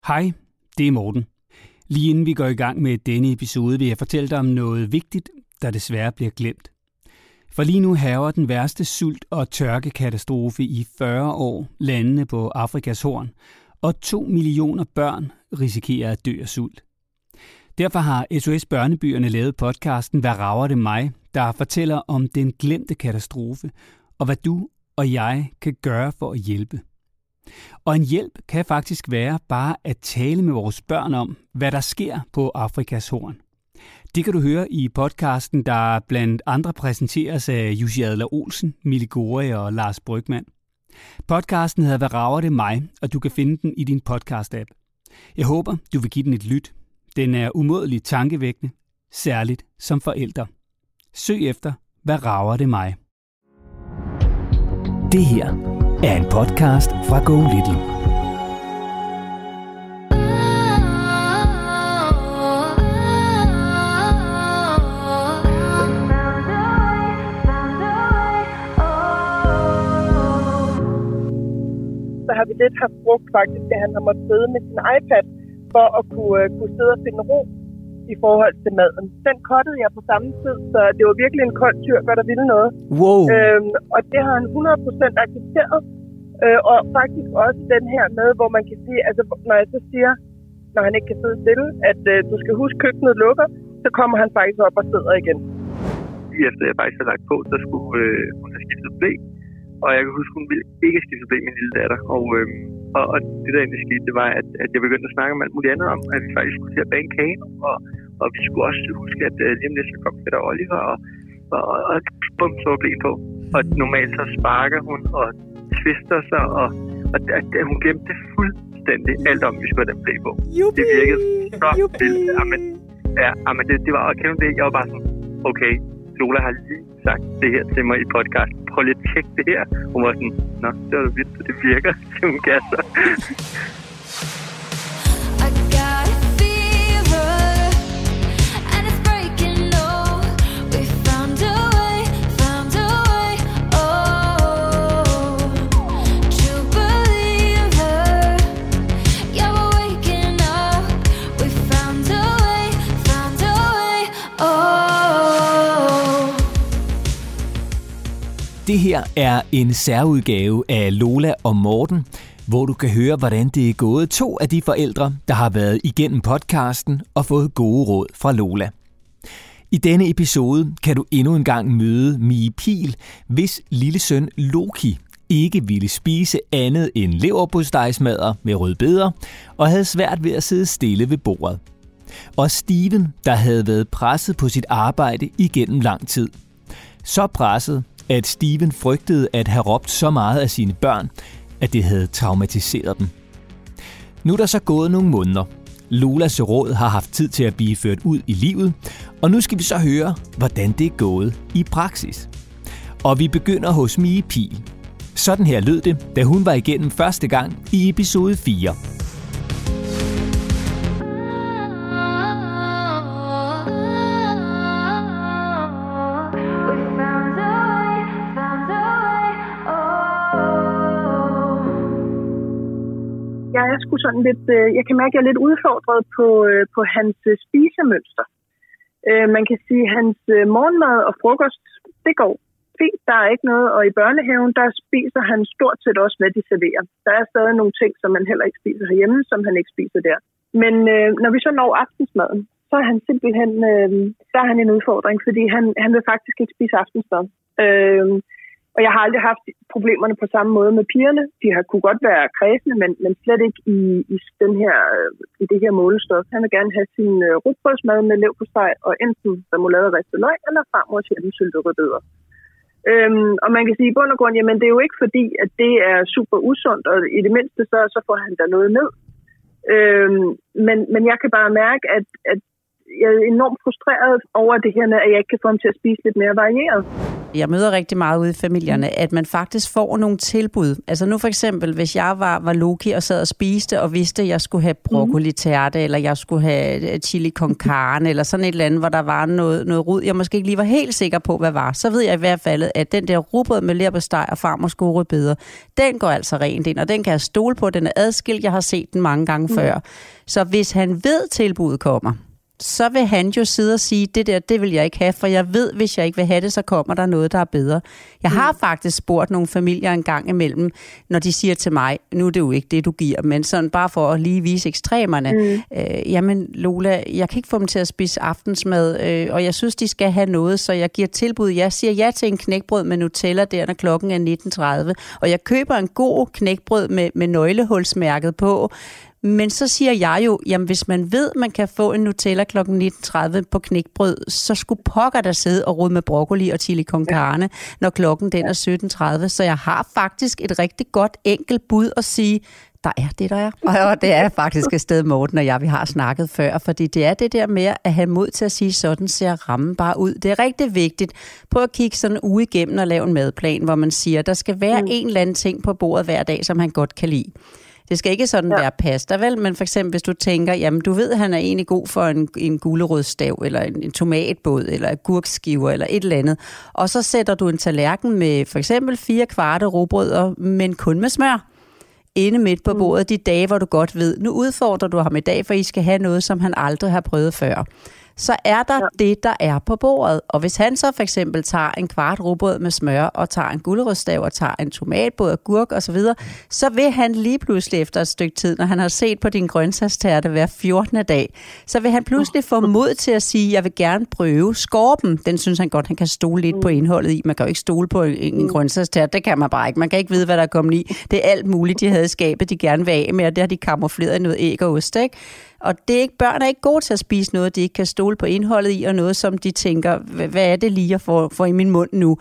Hej, det er Morten. Lige inden vi går i gang med denne episode, vil jeg fortælle dig om noget vigtigt, der desværre bliver glemt. For lige nu hærger den værste sult- og tørkekatastrofe i 40 år landene på Afrikas Horn, og 2 millioner børn risikerer at dø af sult. Derfor har SOS Børnebyerne lavet podcasten Hvad rager det mig?, der fortæller om den glemte katastrofe, og hvad du og jeg kan gøre for at hjælpe. Og en hjælp kan faktisk være bare at tale med vores børn om, hvad der sker på Afrikas Horn. Det kan du høre i podcasten, der blandt andre præsenteres af Jussi Adler-Olsen, Mille Gore og Lars Brygmann. Podcasten hedder Hvad rager det mig?, og du kan finde den i din podcast-app. Jeg håber, du vil give den et lyt. Den er umådeligt tankevækkende, særligt som forældre. Søg efter Hvad rager det mig? Det her er en podcast fra Go Little. Så har vi lidt haft brugt faktisk, at han har måttet sidde med sin iPad for at kunne sidde og finde ro i forhold til maden. Den cuttede jeg på samme tid, så det var virkelig en kold tyrker, der ville noget. Wow. Og det har han 100% accepteret. Og faktisk også den her med, hvor man kan sige, altså når jeg så siger, når han ikke kan sidde stille, at du skal huske, køkkenet lukker, så kommer han faktisk op og sidder igen. Efter jeg faktisk havde lagt på, så skulle hun have skiftet blæ. Og jeg kan huske, hun ville ikke skifte blæ med min lille datter. Og det der egentlig skete, det var, at jeg begyndte at snakke med alt muligt andet om, at vi faktisk skulle til at bage kano. Og vi skulle også huske, at lige om lidt så kom Peter Oliver og bum, så var blæen på. Og normalt så sparker hun og twister sig, og hun glemte det fuldstændig alt om, vi skulle have den blæ på. Det virkede så vildt. Jamen, det var, og kender det, jeg var bare sådan, okay, Lola har lige sagt det her til mig i podcast. Prøv lige at tjekke det her. Hun var sådan, nå, det var vildt, det virker til hun gasser. Det her er en særudgave af Lola og Morten, hvor du kan høre, hvordan det er gået 2 af de forældre, der har været igennem podcasten og fået gode råd fra Lola. I denne episode kan du endnu en gang møde Mie Pihl, hvis lille søn Loki ikke ville spise andet end leverpostejsmadder med rødbeder og havde svært ved at sidde stille ved bordet. Og Steven, der havde været presset på sit arbejde igennem lang tid. Så presset, at Steven frygtede at have råbt så meget af sine børn, at det havde traumatiseret dem. Nu er der så gået nogle måneder. Lolas råd har haft tid til at blive ført ud i livet, og nu skal vi så høre, hvordan det er gået i praksis. Og vi begynder hos Mie Pihl. Sådan her lød det, da hun var igennem første gang i episode 4. Jeg er sgu sådan lidt, jeg kan mærke, at jeg er lidt udfordret på hans spisemønster. Man kan sige, at hans morgenmad og frokost, det går fint. Der er ikke noget, og i børnehaven, der spiser han stort set også, hvad de serverer. Der er stadig nogle ting, som man heller ikke spiser herhjemme, som han ikke spiser der. Men når vi så når aftensmaden, så er han simpelthen, der er han en udfordring, fordi han vil faktisk ikke spise aftensmad. Og jeg har aldrig haft problemerne på samme måde med pigerne. De har kunne godt være kræsende, men slet ikke i det her målestof. Han vil gerne have sin rugbrødsmad med leverpostej og enten remoulade og ristet løg, eller farmors hjemmesyltede rødbeder. Og man kan sige i bund og grund, jamen det er jo ikke fordi, at det er super usundt, og i det mindste så får han der noget ned. Men jeg kan bare mærke, at jeg er enormt frustreret over det her med, at jeg ikke kan få ham til at spise lidt mere varieret. Jeg møder rigtig meget ude i familierne, at man faktisk får nogle tilbud. Altså nu for eksempel, hvis jeg var Loki og sad og spiste og vidste, at jeg skulle have broccoli tærte, eller jeg skulle have chili con carne, eller sådan et eller andet, hvor der var noget rod, jeg måske ikke lige var helt sikker på, hvad var. Så ved jeg i hvert fald, at den der rugbrød med leverpostej og farmors gode rødbeder, den går altså rent ind, og den kan jeg stole på, den er adskilt. Jeg har set den mange gange før. Så hvis han ved, tilbuddet kommer, så vil han jo sidde og sige, det vil jeg ikke have, for jeg ved, hvis jeg ikke vil have det, så kommer der noget, der er bedre. Jeg har faktisk spurgt nogle familier en gang imellem, når de siger til mig, nu er det jo ikke det, du giver, men sådan bare for at lige vise ekstremerne. Jamen Lola, jeg kan ikke få dem til at spise aftensmad, og jeg synes, de skal have noget, så jeg giver tilbud. Jeg siger ja til en knækbrød med Nutella der, når klokken er 19.30, og jeg køber en god knækbrød med nøglehulsmærket på. Men så siger jeg jo, jamen hvis man ved, man kan få en Nutella kl. 19.30 på knækbrød, så skulle pokker der sidde og rode med broccoli og chili con carne, når klokken den er 17.30. Så jeg har faktisk et rigtig godt enkelt bud at sige, der er det, der er. Og det er faktisk et sted, Morten og jeg, vi har snakket før, fordi det er det der med at have mod til at sige, sådan ser rammen bare ud. Det er rigtig vigtigt. Prøv at kigge sådan en uge igennem og lave en madplan, hvor man siger, der skal være en eller anden ting på bordet hver dag, som han godt kan lide. Det skal ikke sådan være pasta, vel? Men for eksempel, hvis du tænker, jamen du ved, at han er egentlig god for en gulerødsstav, eller en tomatbåd, eller agurkskiver, eller et eller andet. Og så sætter du en tallerken med for eksempel 4 kvarte rugbrødder, men kun med smør. Inde midt på bordet de dage, hvor du godt ved, nu udfordrer du ham i dag, for I skal have noget, som han aldrig har prøvet før. Så er der det, der er på bordet. Og hvis han så for eksempel tager en kvart rugbrød med smør, og tager en gulerødsstav, og tager en tomatbåd, agurk osv., så vil han lige pludselig efter et stykke tid, når han har set på din grøntsagstærte hver 14. dag, så vil han pludselig få mod til at sige, jeg vil gerne prøve skorpen. Den synes han godt, han kan stole lidt på indholdet i. Man kan jo ikke stole på en grøntsagstærte, det kan man bare ikke. Man kan ikke vide, hvad der er kommet i. Det er alt muligt, de havde i skabet, de gerne vil af med, og det har de kamufleret i noget æg og ost, ikke? Og det er ikke, børn er ikke gode til at spise noget, de ikke kan stole på indholdet i, og noget, som de tænker, hvad er det lige, jeg får i min mund nu?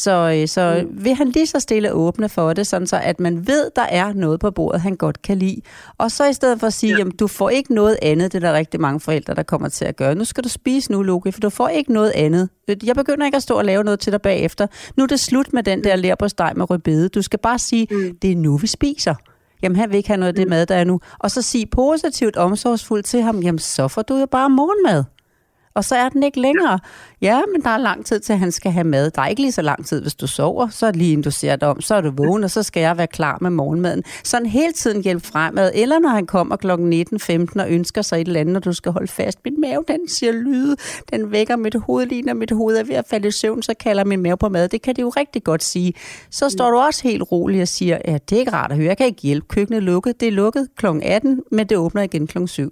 Så vil han lige så stille åbne for det, sådan så at man ved, der er noget på bordet, han godt kan lide. Og så i stedet for at sige, jamen du får ikke noget andet, det er der rigtig mange forældre, der kommer til at gøre. Nu skal du spise nu, Loki, for du får ikke noget andet. Jeg begynder ikke at stå og lave noget til dig bagefter. Nu er det slut med den der leverpostej med rødbede. Du skal bare sige, det er nu, vi spiser. Jamen, han vil ikke have noget af det mad, der er nu. Og så sige positivt omsorgsfuldt til ham, jamen, så får du jo bare morgenmad. Og så er den ikke længere. Ja, men der er lang tid til, at han skal have mad. Der er ikke lige så lang tid, hvis du sover. Så er det lige inden du ser dig om, så er du vågen, og så skal jeg være klar med morgenmaden. Sådan hele tiden hjælp fremad. Eller når han kommer kl. 19.15 og ønsker sig et eller andet, og du skal holde fast. Min mave, den siger lyde. Den vækker mit hoved, lige når mit hoved er ved at falde i søvn, så kalder min mave på mad. Det kan det jo rigtig godt sige. Så står du også helt rolig og siger, ja, det er ikke rart at høre. Jeg kan ikke hjælpe. Køkkenet er lukket. Det er lukket kl. 18, men det åbner igen kl. 7.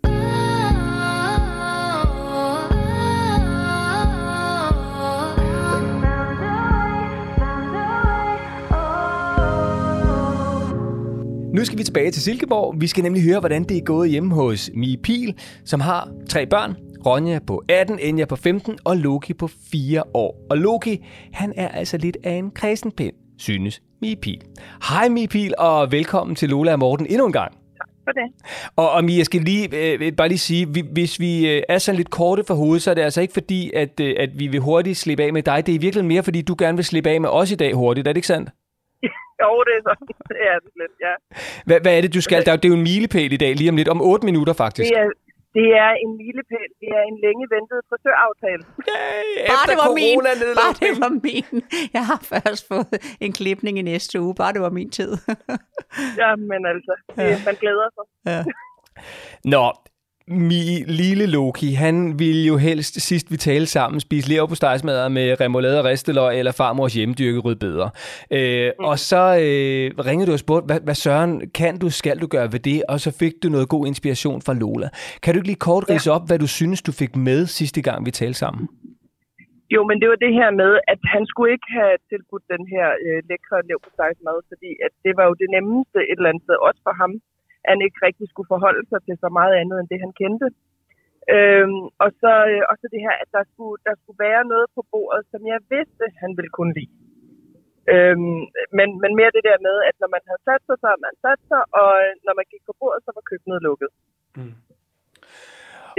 Nu skal vi tilbage til Silkeborg. Vi skal nemlig høre, hvordan det er gået hjemme hos Mie Pihl, som har 3 børn. Ronja på 18, Enja på 15 og Loki på 4 år. Og Loki, han er altså lidt af en kredsenpind, synes Mie Pihl. Hej Mie Pihl, og velkommen til Lola og Morten endnu en gang. For det. Og Mie, jeg skal bare lige sige, hvis vi er sådan lidt korte for hovedet, så er det altså ikke fordi, at vi vil hurtigt slippe af med dig. Det er i virkeligheden mere, fordi du gerne vil slippe af med os i dag hurtigt. Er det ikke sandt? Jo, det er sådan. Det er det lidt, ja. Hvad er det, du skal? Det er jo en milepæl i dag, lige om lidt. Om 8 minutter, faktisk. Det er en milepæl. Det er en længe ventet frisøraftale. Bare det var corona, min. Bare det var min. Jeg har først fået en klipning i næste uge. Bare det var min tid. Ja, men altså, man glæder sig. Ja. Nå, lille Loki, han ville jo helst, sidst vi talte sammen, spise leverpostejsmadder med remoulade og risteløg eller farmors hjemmedyrkede rødbeder. Og så ringede du og spurgte, hvad søren skal du gøre ved det? Og så fik du noget god inspiration fra Lola. Kan du ikke lige kort ridse op, hvad du synes, du fik med sidste gang, vi talte sammen? Jo, men det var det her med, at han skulle ikke have tilbudt den her lækre leverpostejsmad, fordi at det var jo det nemmeste et eller andet sted, også for ham. Han ikke rigtig skulle forholde sig til så meget andet, end det han kendte. Og så det her, at der skulle være noget på bordet, som jeg vidste, han ville kunne lide. Men mere det der med, at når man havde sat sig, så havde man sat sig, og når man gik på bordet, så var køkkenet lukket.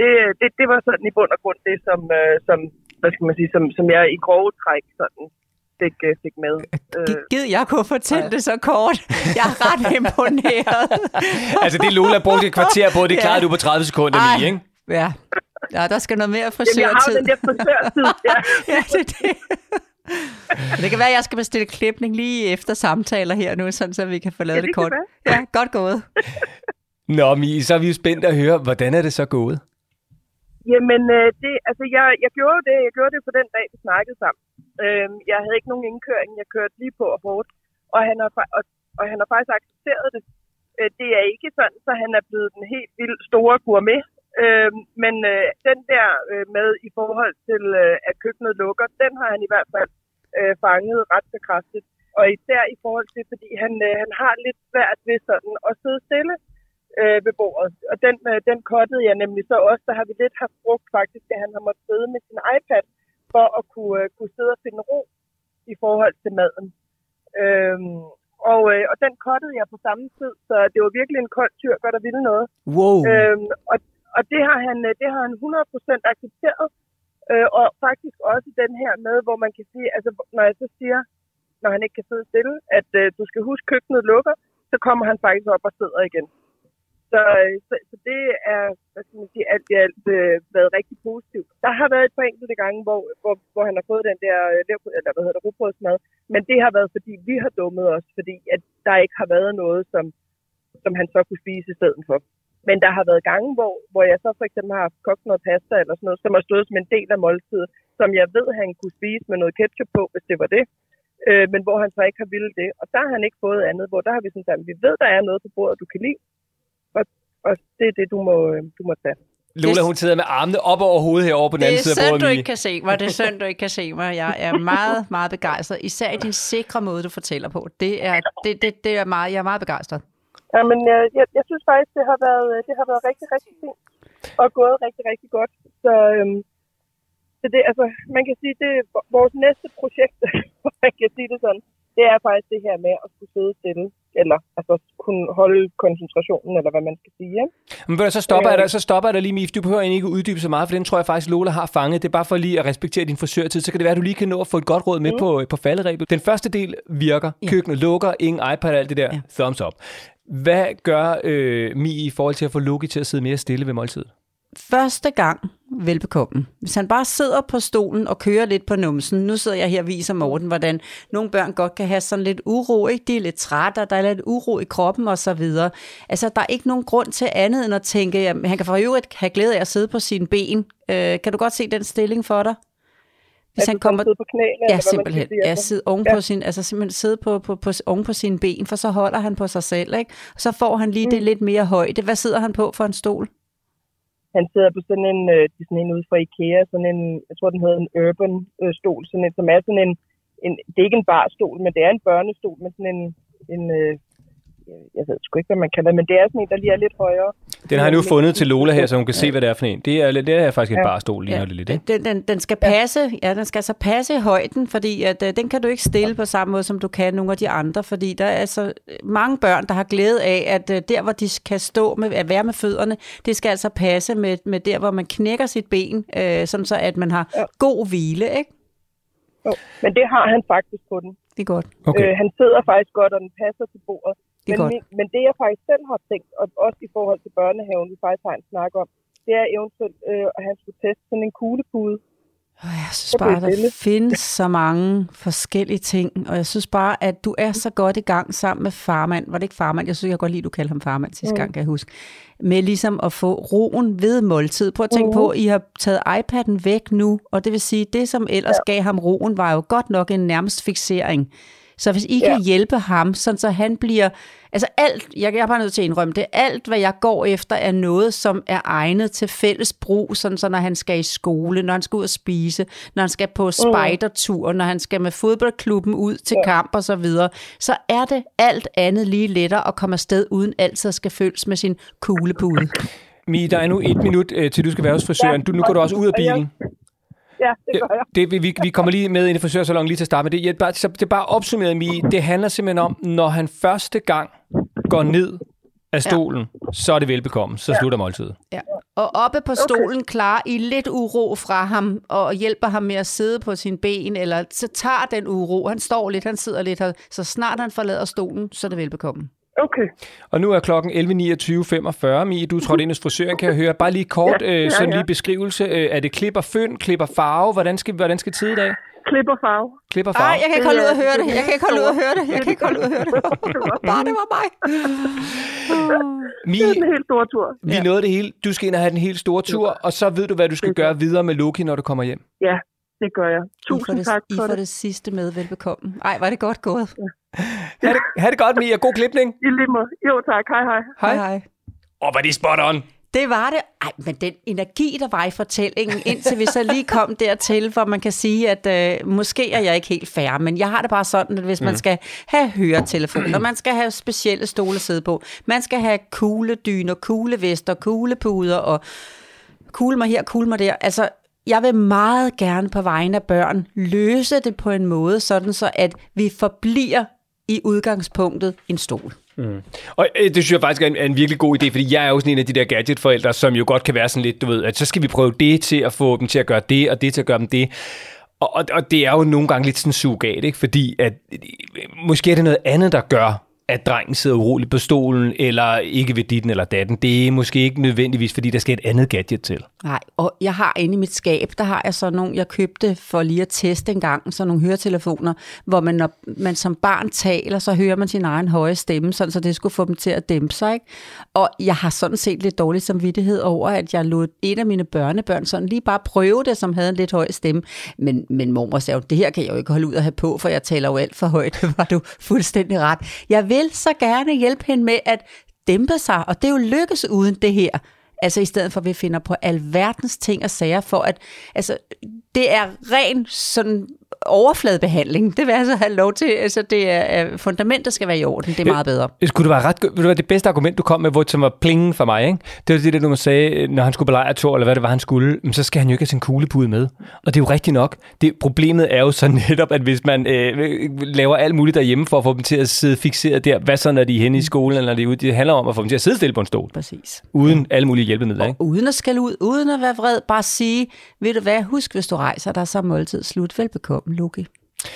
Det var sådan i bund og grund det, som hvad skal man sige, som jeg i grove træk sådan fik med. Gid jeg kunne fortælle det så kort. Jeg er ret imponeret. Altså det Lola brugte et kvarter på, det klarede du på 30 sekunder, Mie, ikke? Ja. Ja, der skal noget mere frisørtid. Jamen, jeg har den der frisørtid, ja. Ja, det. Det kan være, at jeg skal bestille klipning lige efter samtaler her nu, sådan så vi kan få lavet det kort. Ja, godt gået. Nå, Mie, så er vi jo spændt at høre, hvordan er det så gået? Jamen, jeg gjorde det. Jeg gjorde det på den dag, vi snakkede sammen. Jeg havde ikke nogen indkøring. Jeg kørte lige på og hårdt. Og han har faktisk accepteret det. Det er ikke sådan, så han er blevet den helt vildt store gourmet. Men den der med i forhold til, at køkkenet lukker, den har han i hvert fald fanget ret så kraftigt. Og især i forhold til, fordi han har lidt svært ved sådan at sidde stille ved bordet. Og den kottede jeg nemlig så også. Der har vi lidt haft brugt faktisk, at han har måttet sidde med sin iPad for at kunne sidde og finde ro i forhold til maden. Og den kottede jeg på samme tid, så det var virkelig en kold tyrker, der ville noget. Wow. Og det har han 100% accepteret. Og faktisk også den her med, hvor man kan sige, altså når jeg så siger, når han ikke kan sidde stille, at du skal huske, køkkenet lukker, så kommer han faktisk op og sidder igen. Så det er, hvad skal man sige, alt i alt været rigtig positivt. Der har været et par enkelte gange, hvor han har fået den der rugbrødsmad, men det har været, fordi vi har dummet os, fordi at der ikke har været noget, som han så kunne spise i stedet for. Men der har været gange, hvor jeg så for eksempel har kogt noget pasta eller sådan noget, som har stået som en del af måltidet, som jeg ved, han kunne spise med noget ketchup på, hvis det var det. Men hvor han så ikke har ville det. Og der har han ikke fået andet, hvor der har vi sådan sagt, vi ved, der er noget på bordet, du kan lide. Og det er det, du må tage. Lola, hun sidder med armene op over hovedet herovre på den anden side af bordet. Det er synd, du ikke kan se mig. Det er synd, du ikke kan se mig. Jeg er meget, meget begejstret. Især i din sikre måde, du fortæller på. Jeg er meget begejstret. Ja, men jeg synes faktisk, det har været rigtig, rigtig fint. Og gået rigtig, rigtig godt. Så det, altså, man kan sige, det er vores næste projekt, man kan sige det sådan. Det er faktisk det her med at skulle sidde stille, eller altså kunne holde koncentrationen, eller hvad man skal sige. Ja? Men så stopper jeg dig lige, Mie. Du behøver egentlig ikke uddybe så meget, for den tror jeg faktisk, Lola har fanget. Det er bare for lige at respektere din frisørtid, så kan det være, at du lige kan nå at få et godt råd med på falderebet. Den første del virker. Køkkenet lukker, ingen iPad og alt det der. Ja. Thumbs up. Hvad gør Mie i forhold til at få Loki til at sidde mere stille ved måltidet? Første gang, velbekomme. Hvis han bare sidder på stolen og kører lidt på numsen. Nu sidder jeg her og viser Morten, hvordan nogle børn godt kan have sådan lidt uro. Ikke? De er lidt trætte, der er lidt uro i kroppen og så videre. Altså, der er ikke nogen grund til andet end at tænke, at han kan for øvrigt have glæde af at sidde på sine ben. Kan du godt se den stilling for dig? Hvis han kommer på knæene, ja, simpelthen. Ja, sidde ovenpå sin, altså simpelthen sidde oven på sine ben, for så holder han på sig selv, ikke? Og så får han lige det lidt mere højde. Hvad sidder han på for en stol? Han sidder på sådan en ude fra IKEA, sådan en, jeg tror den hedder en urban stol, sådan en, som er sådan en, det er ikke en barstol, men det er en børnestol med sådan en jeg ved sgu ikke, hvad man kalder det, men det er sådan en, der lige er lidt højere. Den har jeg nu fundet til Lola her, så hun kan se, hvad det er for en. Det er faktisk en barstol, ligner det lidt, ikke? Den skal passe, den skal altså passe i højden, fordi at, den kan du ikke stille på samme måde, som du kan nogle af de andre, fordi der er altså mange børn, der har glæde af, at der, hvor de kan stå med at være med fødderne, det skal altså passe med der, hvor man knækker sit ben, sådan så at man har god hvile, ikke? Jo, men det har han faktisk på den. Det er godt. Okay. Han sidder faktisk godt, og den passer til bordet. Men det, jeg faktisk selv har tænkt, og også i forhold til børnehaven, vi faktisk har en snak om, det er eventuelt, at han skulle teste sådan en kuglepude. Jeg synes bare, der findes så mange forskellige ting, og jeg synes bare, at du er så godt i gang sammen med farmand. Var det ikke farmand? Jeg synes, jeg godt lide, du kaldte ham farmand sidste gang, kan jeg huske. Med ligesom at få roen ved måltid. Prøv at tænke på, at I har taget iPad'en væk nu, og det vil sige, det som ellers gav ham roen, var jo godt nok en nærmest fiksering. Så hvis I kan hjælpe ham, sådan så han bliver... Altså alt, jeg er bare nødt til at indrømme det, alt hvad jeg går efter er noget, som er egnet til fælles brug, sådan så når han skal i skole, når han skal ud og spise, når han skal på spejdertur, når han skal med fodboldklubben ud til kamp og så videre, så er det alt andet lige lettere at komme afsted, uden altid skal følges med sin kuglepude. Mie, der er nu 1 minut til du skal være hos frisøren. Nu går du også ud af bilen. Ja, det gør jeg. Vi kommer lige med ind i frisørsalon lige til at starte med det. Det er bare opsummeret, Mie. Det handler simpelthen om, når han første gang går ned af stolen, så er det velbekomme. Så slutter måltidet. Ja. Og oppe på stolen klarer I lidt uro fra ham, og hjælper ham med at sidde på sine ben, eller så tager den uro. Han står lidt, han sidder lidt her. Så snart han forlader stolen, så er det velbekomme. Okay. Og nu er klokken 11.29.45. Mie, du trådte ind hos frisøren, kan jeg høre. Bare lige kort, sådan lige beskrivelse. Er det klipper fynd, klipper farve? Hvordan skal tid i dag? Klipper farve. Klipper farve. Nej, jeg kan ikke holde ud at høre det. Bare det var mig. Det er den helt store tur. Vi nåede det hele. Du skal ind og have den helt store tur, og så ved du, hvad du skal gøre videre med Loki, når du kommer hjem. Ja, det gør jeg. Tusind tak for det. I får det sidste med. Velbekomme. Ej, var det godt gået. Ja. Ha' det godt, Mia. God klipning. I lige måde. Jo, tak. Hej. Var det spot on? Det var det. Ej, men den energi, der var i fortællingen, indtil vi så lige kom dertil, hvor man kan sige, at måske er jeg ikke helt fair, men jeg har det bare sådan, at hvis man skal have høretelefoner, man skal have specielle stole at sidde på, man skal have kugledyner, kuglevester, kuglepuder og kugle mig her, kugle mig der. Altså, jeg vil meget gerne på vegne af børn løse det på en måde, sådan så at vi forbliver i udgangspunktet en stol. Mm. Og det synes jeg faktisk er en virkelig god idé, fordi jeg er jo sådan en af de der gadgetforældre, som jo godt kan være sådan lidt, du ved, at så skal vi prøve det til at få dem til at gøre det, og det til at gøre dem det. Og det er jo nogle gange lidt sådan sugat, ikke? Fordi at måske er det noget andet, der gør, at drengen sidder uroligt på stolen, eller ikke ved ditten eller datten. Det er måske ikke nødvendigvis, fordi der skal et andet gadget til. Nej, og jeg har inde i mit skab, der har jeg så nogle, jeg købte for lige at teste en gang, så nogle høretelefoner, hvor man, når man som barn taler, så hører man sin egen høje stemme, sådan, så det skulle få dem til at dæmpe sig, ikke? Og jeg har sådan set lidt dårlig samvittighed over, at jeg lod et af mine børnebørn sådan lige bare prøve det, som havde en lidt høj stemme. Men mormor sagde jo, det her kan jeg jo ikke holde ud at have på, for jeg taler jo alt for højt. Det var du fuldstændig ret. Jeg vil så gerne hjælpe hende med at dæmpe sig, og det er jo lykkes uden det her. Altså i stedet for, at vi finder på alverdens ting og sager for at, altså det er ren sådan overfladebehandling. Det vil altså have lov til, altså det er fundamentet skal være i orden. Det er meget bedre. Skulle det være det bedste argument, du kom med, som var plingen for mig, ikke? Det var det, du sagde, når han skulle belejre Thor, eller hvad det var, han skulle, så skal han jo ikke have sin kuglepude med. Og det er jo rigtigt nok. Problemet er jo så netop, at hvis man laver alt muligt derhjemme for at få dem til at sidde fikseret der, hvad så, når de er henne i skolen, eller når de er ude, det handler om at få dem til at sidde stille på en stol. Præcis. Uden alle mulige hjælpemidler, ikke? Og uden at skælde ud, uden at være vred, bare sige, ved du hvad, husk, hvis du rejser dig, så er måltid slut. Velbekomme, Loki.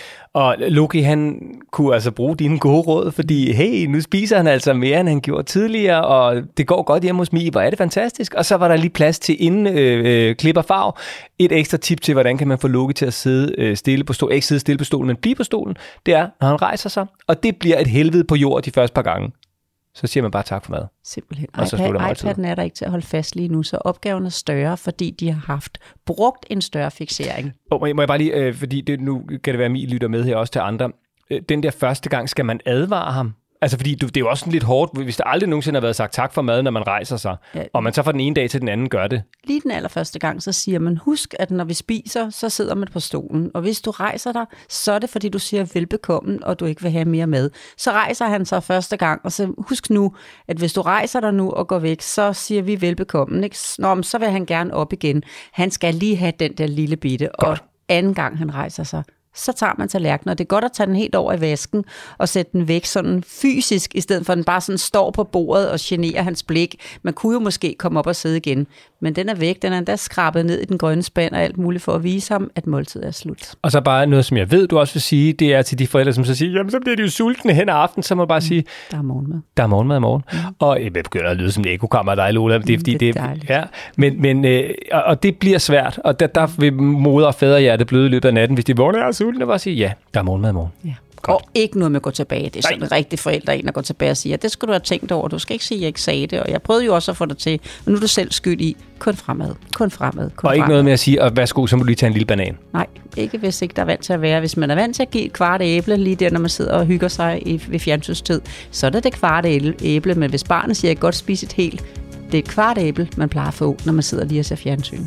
Og Loki, han kunne altså bruge dine gode råd, fordi hey, nu spiser han altså mere, end han gjorde tidligere, og det går godt hjemme hos Mie. Hvor er det fantastisk. Og så var der lige plads til inden klipper farve. Et ekstra tip til, hvordan kan man få Loki til at sidde stille på stolen. Ikke sidde stille på stolen, men blive på stolen. Det er, når han rejser sig. Og det bliver et helvede på jord de første par gange. Så siger man bare tak for mad. Simpelthen. iPad'en er der ikke til at holde fast lige nu, så opgaven er større, fordi de har brugt en større fiksering. Må jeg bare lige, fordi nu kan det være, at Mie lytter med her også til andre. Den der første gang, skal man advare ham? Altså, fordi det er jo også lidt hårdt, hvis der aldrig nogensinde har været sagt tak for mad, når man rejser sig, og man så fra den ene dag til den anden gør det. Lige den allerførste gang, så siger man, husk, at når vi spiser, så sidder man på stolen, og hvis du rejser dig, så er det, fordi du siger velbekomme, og du ikke vil have mere mad. Så rejser han sig første gang, og så husk nu, at hvis du rejser dig nu og går væk, så siger vi velbekomme, ikke? Nå, så vil han gerne op igen. Han skal lige have den der lille bitte, godt. Og anden gang han rejser sig, så tager man tallerkenen, og det er godt at tage den helt over i vasken og sætte den væk sådan fysisk, i stedet for at den bare sådan står på bordet og generer hans blik. Man kunne jo måske komme op og sidde igen, men den er væk, den er endda skrabet ned i den grønne spand og alt muligt for at vise ham, at måltidet er slut. Og så bare noget, som jeg ved, du også vil sige, det er til de forældre, som så siger, jamen så bliver de jo sultne hen ad aftenen, så må man bare sige, der er morgenmad. Der er morgenmad i morgen. Og jeg begynder at lyde som en ekokammer af dig, Lola, det er fordi det er ja, men og det bliver svært, og der vil moder og faderhjerte bløde i løbet af natten, hvis de vågner og sultne, bare sige, ja, der er morgenmad i morgen. Ja. Og ikke noget med at gå tilbage. Det er sådan en rigtig forælder, en at gå tilbage og sige, det skulle du have tænkt over. Du skal ikke sige, at jeg ikke sagde det. Og jeg prøvede jo også at få dig til. Og nu er du selv skyld i. Kun fremad. Og ikke noget med at sige, og værsgo, så må du lige tage en lille banan. Nej, ikke hvis ikke der er vant til at være. Hvis man er vant til at give et kvart æble lige der, når man sidder og hygger sig ved fjernsynstid, så er det kvart æble. Men hvis barnet siger, at jeg godt spise et helt, det er et kvart æble, man plejer at få, når man sidder lige og ser fjernsyn.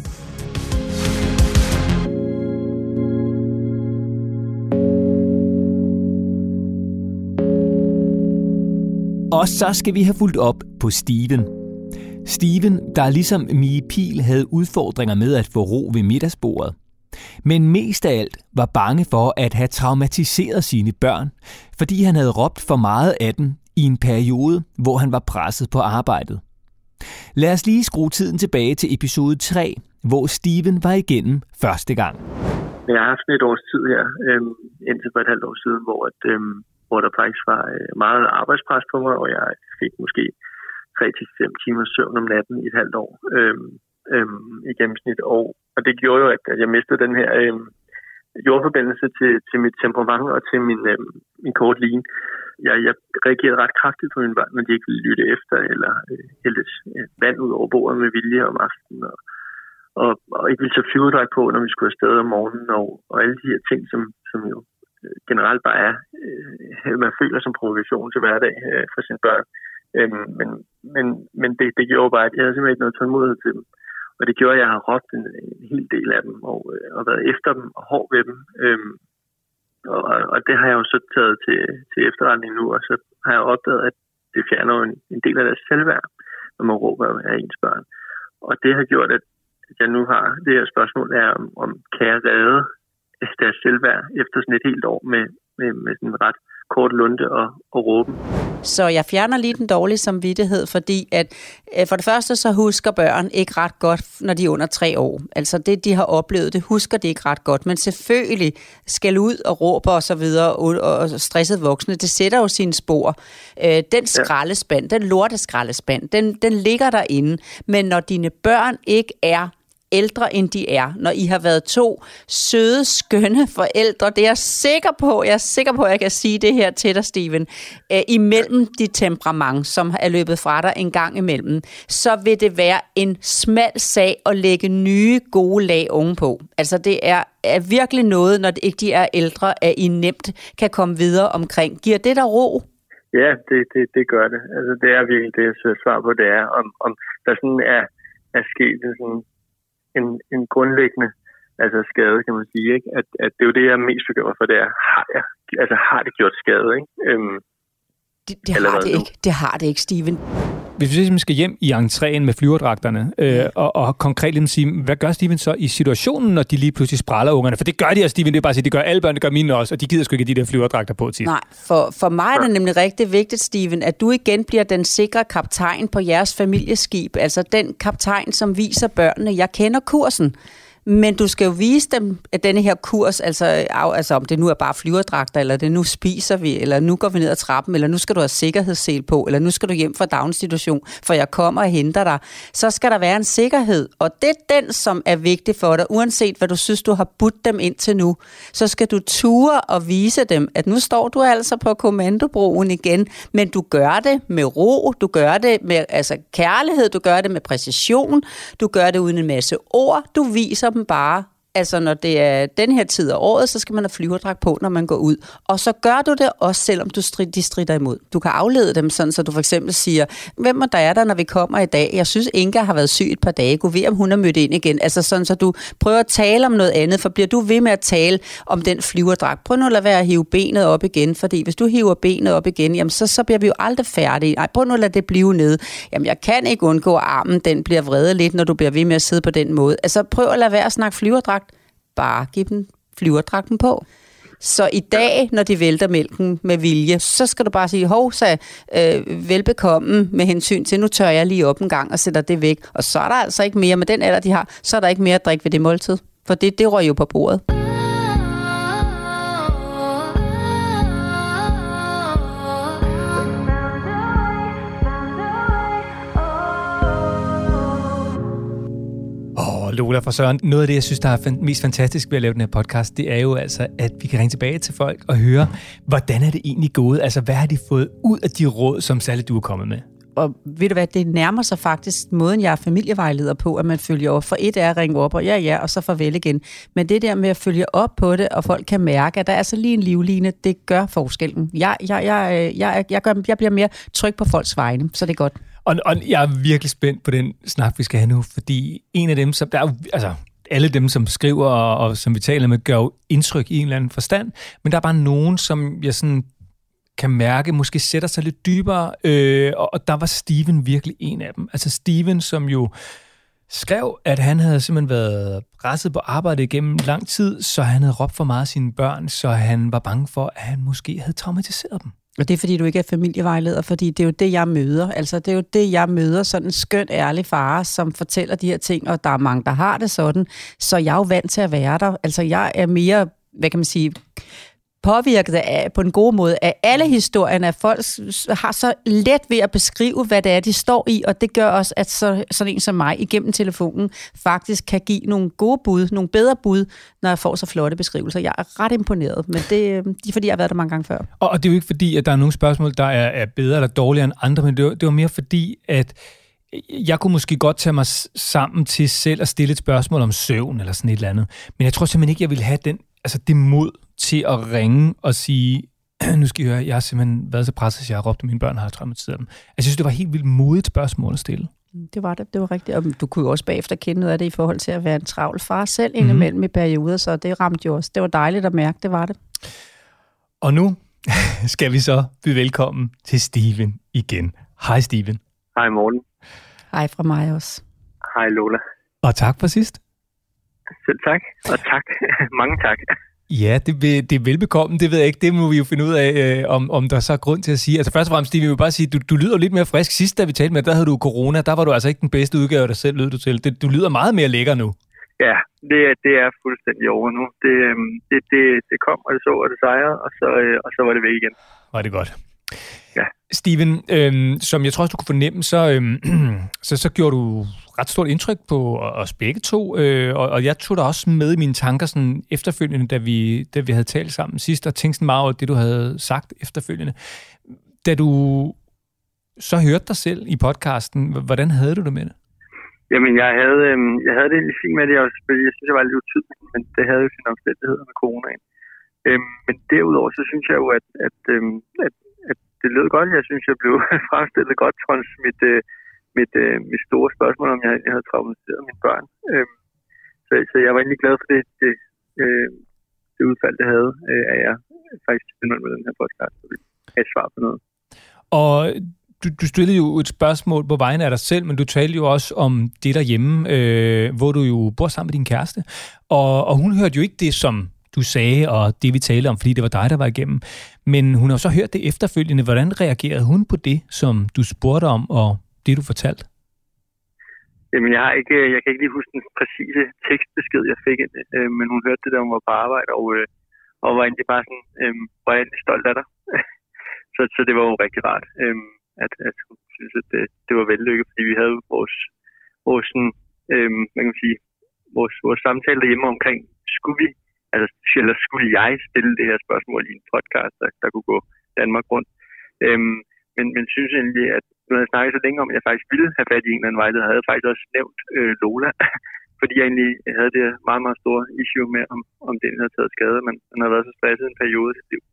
Og så skal vi have fulgt op på Steven. Steven, der ligesom Mie Pihl havde udfordringer med at få ro ved middagsbordet. Men mest af alt var bange for at have traumatiseret sine børn, fordi han havde råbt for meget af dem i en periode, hvor han var presset på arbejdet. Lad os lige skrue tiden tilbage til episode 3, hvor Steven var igennem første gang. Jeg har haft et års tid her, indtil for et halvt år siden, hvor der faktisk var meget arbejdspres på mig, og jeg fik måske 3-5 timers søvn om natten i et halvt år i gennemsnit. Og det gjorde jo, at jeg mistede den her jordforbindelse til mit temperament og til min korte line. Jeg reagerede ret kraftigt på mine børn, når de ikke ville lytte efter, eller hældte vand ud over bordet med vilje om aftenen, og ikke ville tage flyverdragt på, når vi skulle afsted om morgenen, og alle de her ting, som jo generelt bare er, man føler som provokation til hverdag for sine børn. Men det gjorde bare, at jeg havde simpelthen ikke noget tålmodighed til dem. Og det gjorde, at jeg har råbt en hel del af dem, og været efter dem, og hård ved dem. Og det har jeg jo så taget til efterretning nu, og så har jeg opdaget, at det fjerner en del af deres selvværd, når man råber af ens børn. Og det har gjort, at jeg nu har det her spørgsmål, er om kan jeg redde deres selvværd efter sådan et helt år med sådan en ret kort lunte og råben. Så jeg fjerner lige den dårlige samvittighed, fordi at for det første så husker børn ikke ret godt, når de er under 3 år. Altså det, de har oplevet, det husker de ikke ret godt. Men selvfølgelig skal ud og råbe og så videre, og stresset voksne, det sætter jo sine spor. Den skraldespand, den lorteskraldespand, den ligger derinde. Men når dine børn ikke er ældre end de er, når I har været 2 søde, skønne forældre, det er jeg sikker på, at jeg kan sige det her til dig, Steven, imellem dit temperament, som er løbet fra dig en gang imellem, så vil det være en smal sag at lægge nye, gode lag ovenpå. Altså det er virkelig noget, når ikke de er ældre, at I nemt kan komme videre omkring. Giver det dig ro? Ja, det gør det. Altså det er virkelig det, jeg søger svar på, det er, om der sådan er sket sådan en grundlæggende skade, kan man sige, ikke? At det er jo det, jeg er mest bekymret for, det er, har det gjort skade, ikke? Det har det ikke, Steven. Hvis vi skal hjem i entréen med flyverdragterne, og konkret lige sige, hvad gør Steven så i situationen, når de lige pludselig spræller ungerne? For det gør de, og Steven, det er bare at sige, det gør alle børn, det gør mine også, og de gider sgu ikke de der flyverdragter på tit. Nej, for mig er det nemlig rigtig vigtigt, Steven, at du igen bliver den sikre kaptajn på jeres familieskib, altså den kaptajn, som viser børnene, jeg kender kursen. Men du skal jo vise dem, at denne her kurs, altså om det nu er bare flyverdragter, eller det nu spiser vi, eller nu går vi ned ad trappen, eller nu skal du have sikkerhedssel på, eller nu skal du hjem fra daginstitution, for jeg kommer og henter dig. Så skal der være en sikkerhed, og det er den, som er vigtig for dig, uanset hvad du synes, du har budt dem ind til nu. Så skal du ture og vise dem, at nu står du altså på kommandobroen igen, men du gør det med ro, du gør det med kærlighed, du gør det med præcision, du gør det uden en masse ord, du viser dem bare, altså når det er den her tid af året, så skal man have flyverdragt på, når man går ud. Og så gør du det også, selvom de stritter imod. Du kan aflede dem sådan, så du for eksempel siger, hvem er der, når vi kommer i dag? Jeg synes, Inga har været syg et par dage. Gå ved, om hun er mødt ind igen. Altså sådan, så du prøver at tale om noget andet, for bliver du ved med at tale om den flyverdragt? Prøv nu at lade være at hive benet op igen, fordi hvis du hiver benet op igen, jamen så bliver vi jo aldrig færdige. Ej, prøv nu at lade det blive nede. Jamen, jeg kan ikke undgå, at armen den bliver vredet lidt, når du bliver ved med at sidde på den måde. Altså, prøv at lade være at snakke flyverdragt. Bare give dem flyverdragten på. Så i dag, når de vælter mælken med vilje, så skal du bare sige, velbekomme med hensyn til, nu tør jeg lige op en gang og sætter det væk. Og så er der altså ikke mere med den alder, de har, så er der ikke mere at drikke ved det måltid. For det røg jo på bordet. Lola fra Søren. Noget af det, jeg synes, der er mest fantastisk ved at lave den her podcast, det er jo altså, at vi kan ringe tilbage til folk og høre, hvordan er det egentlig gået? Altså, hvad har de fået ud af de råd, som særligt du er kommet med? Og ved du hvad, det nærmer sig faktisk måden, jeg er familievejleder på, at man følger op. For et er at ringe op, og og så farvel igen. Men det der med at følge op på det, og folk kan mærke, at der er så lige en livline, det gør forskellen. Jeg bliver mere tryg på folks vegne, så det er godt. Og jeg er virkelig spændt på den snak, vi skal have nu, fordi en af dem, som der er jo, alle dem, som skriver og som vi taler med, gør jo indtryk i en eller anden forstand, men der er bare nogen, som jeg sådan kan mærke, måske sætter sig lidt dybere, og der var Steven virkelig en af dem. Altså Steven, som jo skrev, at han havde simpelthen været presset på arbejde igennem lang tid, så han havde råbt for meget af sine børn, så han var bange for, at han måske havde traumatiseret dem. Og det er, fordi du ikke er familievejleder, fordi det er jo det, jeg møder. Altså, det er jo det, jeg møder, sådan en skøn, ærlig far, som fortæller de her ting, og der er mange, der har det sådan. Så jeg er jo vant til at være der. Altså, jeg er mere, hvad kan man sige, påvirket af, på en god måde af alle historierne, at folk har så let ved at beskrive, hvad det er, de står i, og det gør også, at sådan en som mig igennem telefonen faktisk kan give nogle gode bud, nogle bedre bud, når jeg får så flotte beskrivelser. Jeg er ret imponeret, men det er fordi, jeg har været der mange gange før. Og det er jo ikke fordi, at der er nogle spørgsmål, der er bedre eller dårligere end andre, men det var mere fordi, at jeg kunne måske godt tage mig sammen til selv at stille et spørgsmål om søvn eller sådan et eller andet, men jeg tror simpelthen ikke, jeg ville have det mod til at ringe og sige, nu skal I høre, jeg har simpelthen været så presset, at jeg har råbt, at mine børn har traumatiseret dem. Jeg synes, det var helt vildt modigt spørgsmål at stille. Det var rigtigt. Og du kunne jo også bagefter kende noget af det i forhold til at være en travl far selv indimellem i perioder, så det ramte jo også. Det var dejligt at mærke, det var det. Og nu skal vi så byde velkommen til Steven igen. Hej Steven. Hej Morten. Hej fra mig også. Hej Lola. Og tak for sidst. Selv tak, og tak. Mange tak. Ja, det er velbekomme, det ved jeg ikke. Det må vi jo finde ud af, om der så er grund til at sige. Altså først og fremmest, Stine, vi vil bare sige, du lyder lidt mere frisk. Sidst, da vi talte med, der havde du corona. Der var du altså ikke den bedste udgave af dig selv, lød du til. Du lyder meget mere lækker nu. Ja, det er fuldstændig over nu. Det kom, og det så, og det sejrede, og så var det væk igen. Var det godt. Ja. Steven, som jeg tror også, du kunne fornemme, så gjorde du ret stort indtryk på os begge to, og jeg tog dig også med i mine tanker sådan efterfølgende, da vi havde talt sammen sidst, og tænkte sådan meget over det, du havde sagt efterfølgende. Da du så hørte dig selv i podcasten, hvordan havde du det med det? Jamen, jeg havde det lidt fint med det. Jeg synes, jeg var lidt utydelig, men det havde jo sine omstændigheder med coronaen. Men derudover, så synes jeg jo, at det lød godt. Jeg synes, jeg blev fremstillet godt, trods mit store spørgsmål, om jeg havde traumatiseret mine børn. Så jeg var egentlig glad for det udfald, det havde, at jeg faktisk finder med den her podcast, og have et svar på noget. Og du stillede jo et spørgsmål på vegne af dig selv, men du talte jo også om det derhjemme, hvor du jo bor sammen med din kæreste. Og hun hørte jo ikke det, som du sagde, og det vi talte om, fordi det var dig, der var igennem. Men hun har jo så hørt det efterfølgende. Hvordan reagerede hun på det, som du spurgte om, og det, du fortalte? Jamen, jeg kan ikke lige huske den præcise tekstbesked, jeg fik ind, men hun hørte det, da hun var på arbejde, og var egentlig bare sådan, var egentlig stolt af dig. så det var jo rigtig rart, at hun synes, at det var vellykket, fordi vi havde vores sådan, man kan sige, vores samtale derhjemme omkring, skulle jeg stille det her spørgsmål i en podcast, der kunne gå Danmark rundt. Men synes egentlig, at nu havde jeg snakket så længe om, at jeg faktisk ville have fat i en eller anden vej, der havde jeg faktisk også nævnt Lola, fordi jeg egentlig havde det meget, meget store issue med, om den havde taget skade, men han havde været så stresset en periode i sit liv.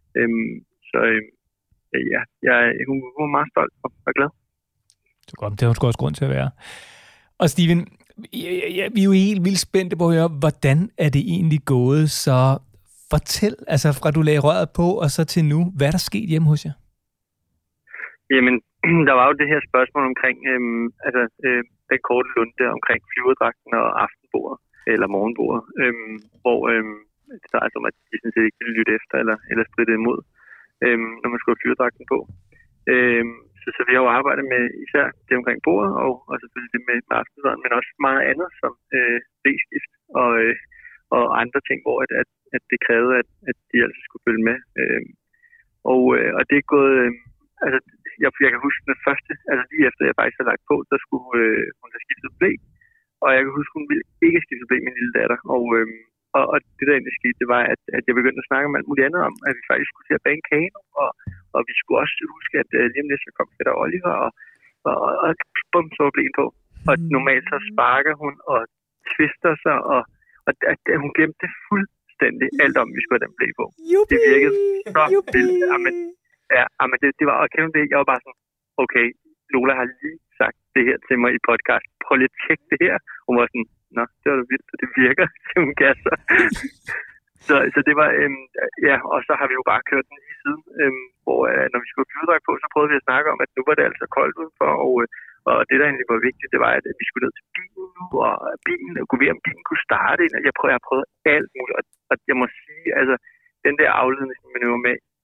Hun var meget stolt og glad. Det er godt, det har hun sgu også grund til at være. Og Steven, vi er jo helt vildt spændte på at høre, hvordan er det egentlig gået, så fortæl, altså fra du lagde røret på, og så til nu, hvad er der sket hjemme hos jer? Jamen, der var jo det her spørgsmål omkring, den korte lunde omkring flyverdragten og aftenbordet, eller morgenbordet, hvor det drejer sig om, at de sådan set ikke ville lytte efter, eller stritte imod, når man skulle have flyverdragten på. Så vi har jo arbejdet med især det omkring bordet, og selvfølgelig det med aftenvaren, men også meget andet som blæskift og andre ting, hvor at det krævede, at de altså skulle følge med. Og det er gået... Jeg kan huske den første, altså lige efter jeg faktisk havde lagt på, der skulle hun have skiftet blæ. Og jeg kan huske, hun ville ikke skifte blæ, min lille datter. Og det der egentlig skete, det var, at jeg begyndte at snakke med alt muligt andet om, at vi faktisk skulle til at bage en kano. Og vi skulle også huske, at lige om lidt så kom Peter Oliver, og bum, så var blæen på. Og normalt så sparker hun og twister sig, og hun glemte det fuldstændig alt om, vi skulle have den blæ på. Det virkede så vildt. Men det var, og kender det, jeg var bare sådan, okay, Lola har lige sagt det her til mig i podcast. Prøv lige at tjekke det her. Hun var sådan, nå, det var da vildt, og det virker, til hun gasser. så det var, og så har vi jo bare kørt den lige siden, hvor når vi skulle have flyverdragt på, så prøvede vi at snakke om, at nu var det altså koldt udenfor, og det, der egentlig var vigtigt, det var, at vi skulle ned til bilen nu, og bilen, og kunne ved, om bilen kunne starte ind, og jeg har prøvet alt muligt, og jeg må sige, altså, den der afledningsmanøvre med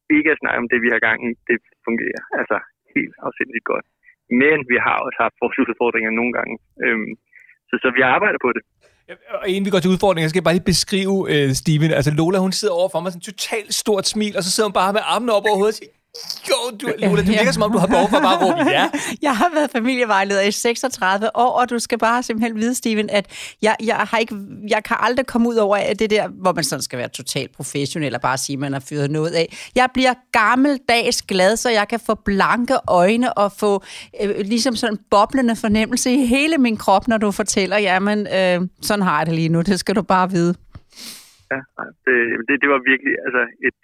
ikke at snakke om det, vi har gang i. Det fungerer altså helt afsindigt godt. Men vi har også haft vores udfordringer nogle gange. Så vi arbejder på det. Og inden vi går til udfordringer, skal jeg bare lige beskrive Steven. Altså Lola, hun sidder over for mig sådan et totalt stort smil, og så sidder hun bare med armene op over hovedet og siger, Lola, du virker som om, du har behov for bare at råbe ja. Jeg har været familievejleder i 36 år, og du skal bare simpelthen vide, Steven, at jeg kan aldrig komme ud over det der, hvor man sådan skal være totalt professionel og bare sige, at man har fyret noget af. Jeg bliver gammeldags glad, så jeg kan få blanke øjne og få ligesom sådan en boblende fornemmelse i hele min krop, når du fortæller, jamen, sådan har jeg det lige nu, det skal du bare vide. Ja, det var virkelig altså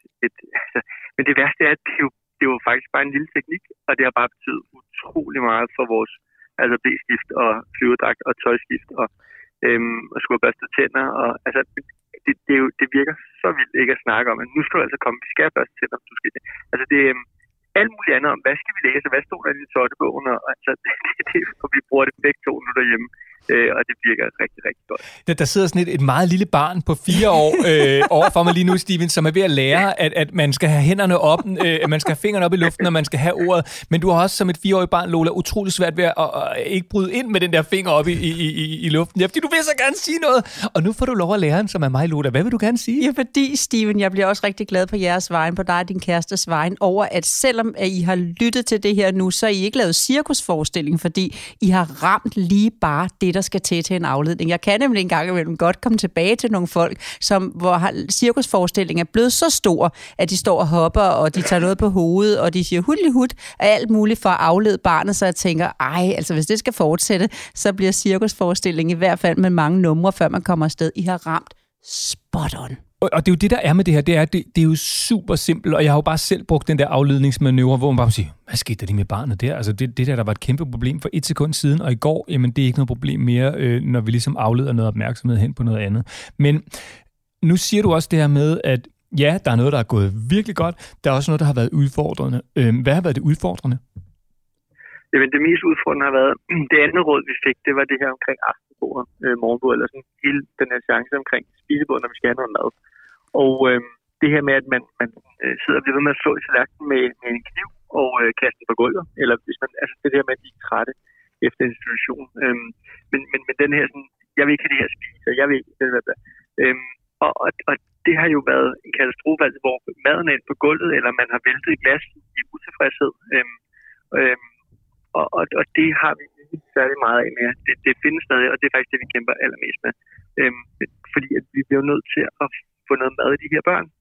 men det værste er, at det var faktisk bare en lille teknik, og det har bare betydet utrolig meget for vores blæskift og flyverdragt og tøjskift og skulle børste tænder. Og, altså, det virker så vildt ikke at snakke om, at nu skal du altså komme, vi skal børste tænder, du skal det. Altså det er alt muligt andet om, hvad skal vi læse, hvad stod der i sortebogen, og altså, og vi bruger det begge to nu derhjemme. Og det virker rigtig, rigtig godt. Der sidder sådan et meget lille barn på 4 år overfor mig lige nu, Steven, som er ved at lære, at man skal have hænderne op, at man skal have fingrene op i luften, og man skal have ordet. Men du har også som et 4-årig barn, Lola, utrolig svært ved at ikke bryde ind med den der finger op i luften. Ja, fordi du vil så gerne sige noget. Og nu får du lov at lære, som er mig, Lola. Hvad vil du gerne sige? Ja, fordi, Steven, jeg bliver også rigtig glad på jeres vejen, på dig og din kærestes vejen, over at selvom at I har lyttet til det her nu, så er I ikke lavet cirkusforestilling, fordi I har ramt lige bare det, der skal til en afledning. Jeg kan nemlig en gang imellem godt komme tilbage til nogle folk, hvor cirkusforestillingen er blevet så stor, at de står og hopper, og de tager noget på hovedet, og de siger hudlihud af alt muligt for at aflede barnet, så jeg tænker, altså hvis det skal fortsætte, så bliver cirkusforestillingen i hvert fald med mange numre, før man kommer afsted. I har ramt spot on. Og det er jo det, der er med det her, det er jo super simpelt, og jeg har jo bare selv brugt den der afledningsmanøvre, hvor man bare siger, hvad skete der lige med barnet der? Altså det der var et kæmpe problem for 1 sekund siden, og i går, jamen det er ikke noget problem mere, når vi ligesom afleder noget opmærksomhed hen på noget andet. Men nu siger du også det her med, at ja, der er noget, der er gået virkelig godt, der er også noget, der har været udfordrende. Hvad har været det udfordrende? Jamen det mest udfordrende har været, det andet råd, vi fik, det var det her omkring aftenbordet, morgenbordet, eller sådan hele den her chance omkring spisebordet, når vi skal have noget mad. Og det her med, at man sidder og bliver ved med at slå i tallerkenen med en kniv og kaste den på gulvet, eller hvis man, altså det der med, at de er trætte efter institution. Men den her sådan, jeg vil ikke have det her spise, og jeg vil ikke det der. Og det har jo været en katastrofe, altså, hvor maden er inde på gulvet, eller man har væltet et glas i utilfredshed. Og det har vi ikke særlig meget af mere. Det findes stadig, og det er faktisk det, vi kæmper allermest med. Fordi at vi bliver nødt til at få noget mad i de her børn.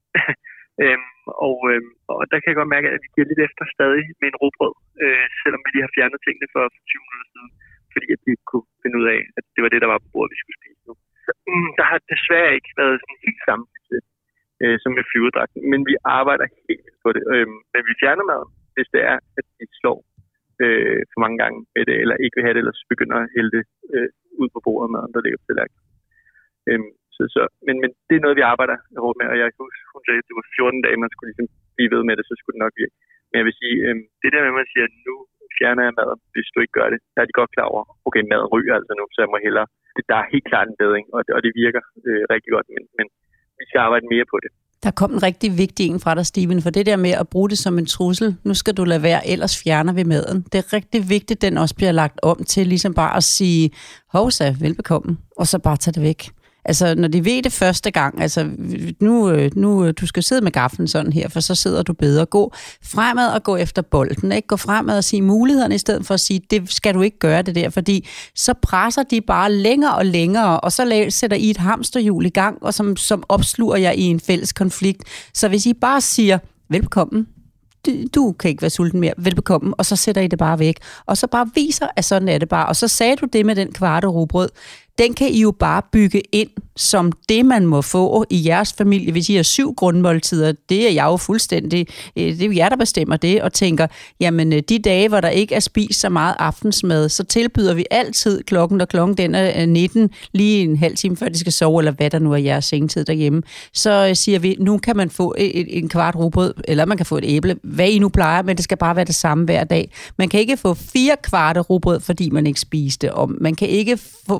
Og der kan jeg godt mærke, at vi giver lidt efter stadig med en rugbrød, selvom vi lige har fjernet tingene for 20 minutter siden, fordi at vi kunne finde ud af, at det var det, der var på bordet, vi skulle spise nu. Så, der har desværre ikke været sådan helt samme som med flyverdragten, men vi arbejder helt på det. Men vi fjerner maden, hvis det er, at vi slår for mange gange med det, eller ikke vil have det, eller så begynder at hælde det ud på bordet af maden, der ligger på tallerkenen. Men det er noget, vi arbejder hårdt med, og jeg kan huske, hun sagde, at det var 14 dage, man skulle ligesom blive ved med det, så skulle det nok virke. Men jeg vil sige, det der med, at man siger, at nu fjerner jeg maden, hvis du ikke gør det, der er de godt klar over, okay, maden ryger altså nu, så jeg må hellere. Der er helt klart en bedring, og det virker rigtig godt, men vi skal arbejde mere på det. Der kom en rigtig vigtig en fra dig, Steven, for det der med at bruge det som en trussel. Nu skal du lade være, ellers fjerner vi maden. Det er rigtig vigtigt, at den også bliver lagt om til ligesom bare at sige, hovsa, velbekomme, og så bare tage det væk. Altså, når de ved det første gang, altså, nu du skal sidde med gaflen sådan her, for så sidder du bedre. Gå fremad og gå efter bolden, ikke? Gå fremad og sige mulighederne, i stedet for at sige, det skal du ikke gøre det der, fordi så presser de bare længere og længere, og så sætter I et hamsterhjul i gang, og som opsluger jer i en fælles konflikt. Så hvis I bare siger, velkommen, du kan ikke være sulten mere, velbekomme, og så sætter I det bare væk. Og så bare viser, at sådan er det bare. Og så sagde du det med den kvarte rugbrød. Den kan I jo bare bygge ind som det, man må få i jeres familie. Hvis I har 7 grundmåltider, det er jeg jo fuldstændig, det er jo jer, der bestemmer det, og tænker, jamen de dage, hvor der ikke er spist så meget aftensmad, så tilbyder vi altid klokken den er 19, lige en halv time før de skal sove, eller hvad der nu er jeres sengetid derhjemme. Så siger vi, nu kan man få en kvart rugbrød, eller man kan få et æble, hvad I nu plejer, men det skal bare være det samme hver dag. Man kan ikke få 4 kvarte rugbrød, fordi man ikke spiste, og man kan ikke få ligesom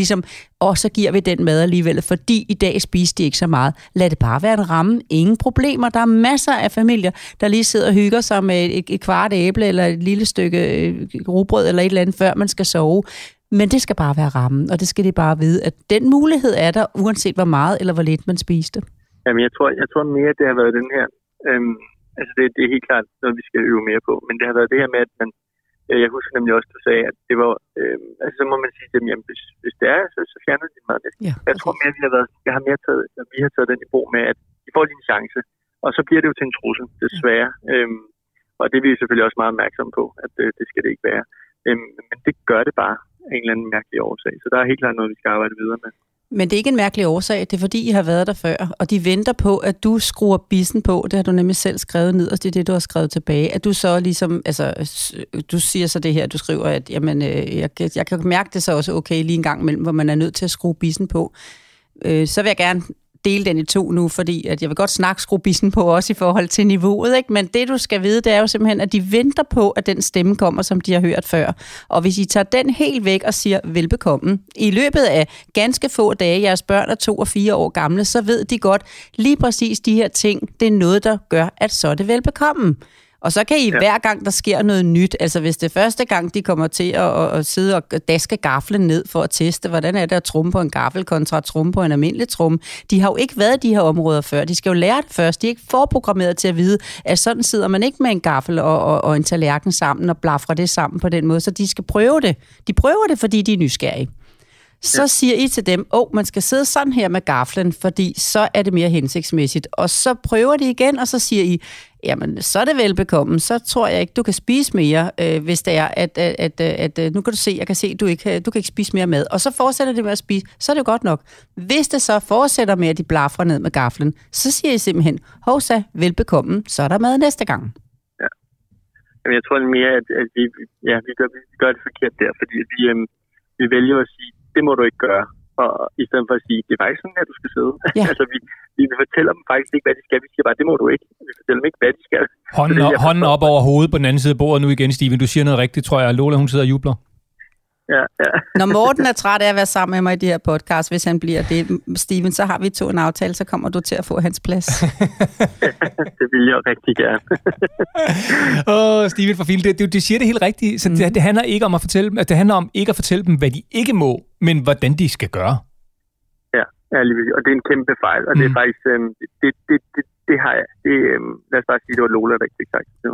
ligesom, og så giver vi den mad alligevel, fordi i dag spiser de ikke så meget. Lad det bare være en ramme. Ingen problemer. Der er masser af familier, der lige sidder og hygger sig med et kvart æble eller et lille stykke rugbrød eller et eller andet, før man skal sove. Men det skal bare være rammen, og det skal de bare vide, at den mulighed er der, uanset hvor meget eller hvor lidt man spiste. Jamen, jeg tror mere, det har været den her... altså, det er helt klart noget, vi skal øve mere på. Men det har været det her med, at man... Jeg husker nemlig også, du sagde, at det var... altså, så må man sige, at jamen, hvis det er, så fjerner din mad. Ja, jeg tror mere, vi har taget den i brug med, at de får lige en chance. Og så bliver det jo til en trussel, desværre. Og det er vi selvfølgelig også meget opmærksomme på, at det skal det ikke være. Men det gør det bare af en eller anden mærkelig årsag. Så der er helt klart noget, vi skal arbejde videre med. Men det er ikke en mærkelig årsag, det er fordi, I har været der før, og de venter på, at du skruer bissen på, det har du nemlig selv skrevet nederst, det er det, du har skrevet tilbage, at du så ligesom, altså, du siger så det her, du skriver, at jamen, jeg kan mærke det så også okay lige en gang imellem, hvor man er nødt til at skrue bissen på. Så vil jeg gerne dele den i to nu, fordi at jeg vil godt snakke skrubissen på også i forhold til niveauet, ikke? Men det du skal vide, det er jo simpelthen, at de venter på, at den stemme kommer, som de har hørt før. Og hvis I tager den helt væk og siger velbekomme, i løbet af ganske få dage, jeres børn er 2 og 4 år gamle, så ved de godt, lige præcis de her ting, det er noget, der gør, at så er det velbekomme. Og så kan I hver gang, der sker noget nyt, altså hvis det første gang, de kommer til at sidde og daske gaflen ned for at teste, hvordan er det at trumme på en gaffel kontra at trumme på en almindelig trumme. De har jo ikke været i de her områder før. De skal jo lære det først. De er ikke forprogrammeret til at vide, at sådan sidder man ikke med en gaffel og en tallerken sammen og blafrer det sammen på den måde. Så de skal prøve det. De prøver det, fordi de er nysgerrige. Så siger I til dem, man skal sidde sådan her med gaflen, fordi så er det mere hensigtsmæssigt. Og så prøver de igen, og så siger I, jamen, så er det velbekomme. Så tror jeg ikke, du kan spise mere, hvis det er, at nu kan du se, jeg kan se, du kan ikke spise mere mad. Og så fortsætter det med at spise, så er det jo godt nok. Hvis det så fortsætter med, at de blafrer ned med gaflen, så siger I simpelthen, hovsa, velbekomme, så er der mad næste gang. Ja. Jamen, jeg tror mere, at vi gør det forkert der, fordi vi vælger at sige, det må du ikke gøre. Og i stedet for at sige, det er faktisk sådan, at du skal sidde. Ja. Altså, vi fortæller dem faktisk ikke, hvad de skal. Vi siger bare, det må du ikke. Vi fortæller dem ikke, hvad de skal. Hånden op over hovedet på den anden side af bordet nu igen, Steven. Du siger noget rigtigt, tror jeg. Lola, hun sidder og jubler. Ja. Når Morten er træt af at være sammen med mig i de her podcast, hvis han bliver det, Steven, så har vi 2 en aftale, så kommer du til at få hans plads. Det vil jeg rigtig gerne. Steven for Fil, du siger det helt rigtigt. Så det handler ikke om at fortælle dem, det handler om ikke at fortælle dem, hvad de ikke må, men hvordan de skal gøre. Ja, og det er en kæmpe fejl, og det er faktisk, det har jeg. Lad os bare sige, det var Lola, der ikke fik sagt det.